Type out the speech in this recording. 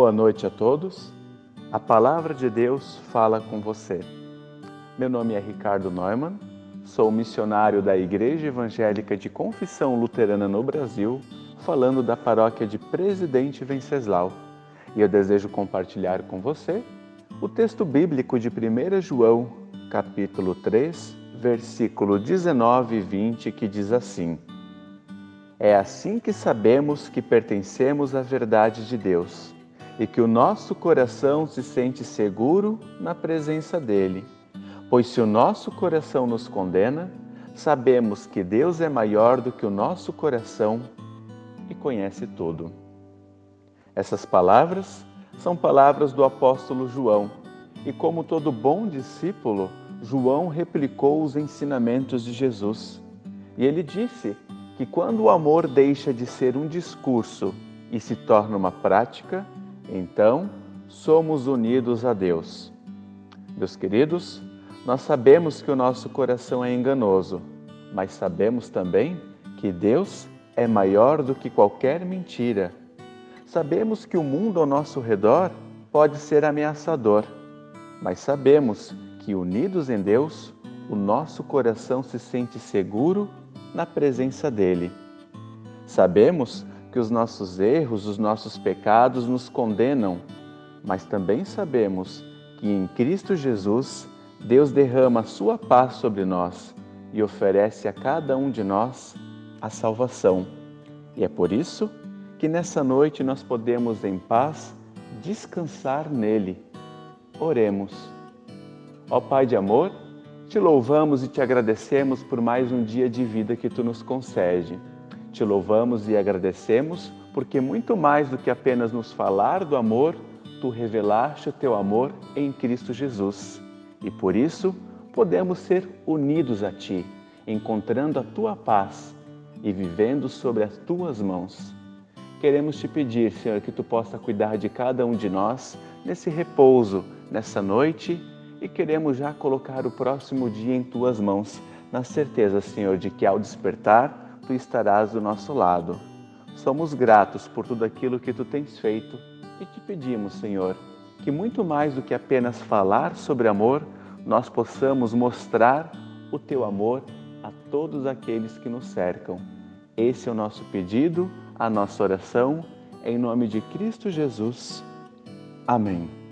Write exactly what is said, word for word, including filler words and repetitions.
Boa noite a todos. A Palavra de Deus fala com você. Meu nome é Ricardo Neumann, sou missionário da Igreja Evangélica de Confissão Luterana no Brasil, falando da paróquia de Presidente Venceslau. E eu desejo compartilhar com você o texto bíblico de primeiro João, capítulo três, versículo dezenove e vinte, que diz assim: É assim que sabemos que pertencemos à verdade de Deus e que o nosso coração se sente seguro na presença dele. Pois se o nosso coração nos condena, sabemos que Deus é maior do que o nosso coração e conhece tudo. Essas palavras são palavras do apóstolo João, e como todo bom discípulo, João replicou os ensinamentos de Jesus. E ele disse que quando o amor deixa de ser um discurso e se torna uma prática, então somos unidos a Deus. Meus queridos, nós sabemos que o nosso coração é enganoso, mas sabemos também que Deus é maior do que qualquer mentira. Sabemos que o mundo ao nosso redor pode ser ameaçador, mas sabemos que, unidos em Deus, o nosso coração se sente seguro na presença dele. Sabemos que os nossos erros, os nossos pecados nos condenam, mas também sabemos que em Cristo Jesus, Deus derrama a sua paz sobre nós e oferece a cada um de nós a salvação. E é por isso que nessa noite nós podemos em paz descansar nele. Oremos. Ó Pai de amor, te louvamos e te agradecemos por mais um dia de vida que tu nos concede. Te louvamos e agradecemos porque muito mais do que apenas nos falar do amor, tu revelaste o teu amor em Cristo Jesus. E por isso podemos ser unidos a ti, encontrando a tua paz e vivendo sobre as tuas mãos. Queremos te pedir, Senhor, que tu possa cuidar de cada um de nós nesse repouso, nessa noite, e queremos já colocar o próximo dia em tuas mãos, na certeza, Senhor, de que ao despertar, tu estarás do nosso lado. Somos gratos por tudo aquilo que tu tens feito e te pedimos, Senhor, que muito mais do que apenas falar sobre amor, nós possamos mostrar o teu amor a todos aqueles que nos cercam. Esse é o nosso pedido, a nossa oração, em nome de Cristo Jesus. Amém.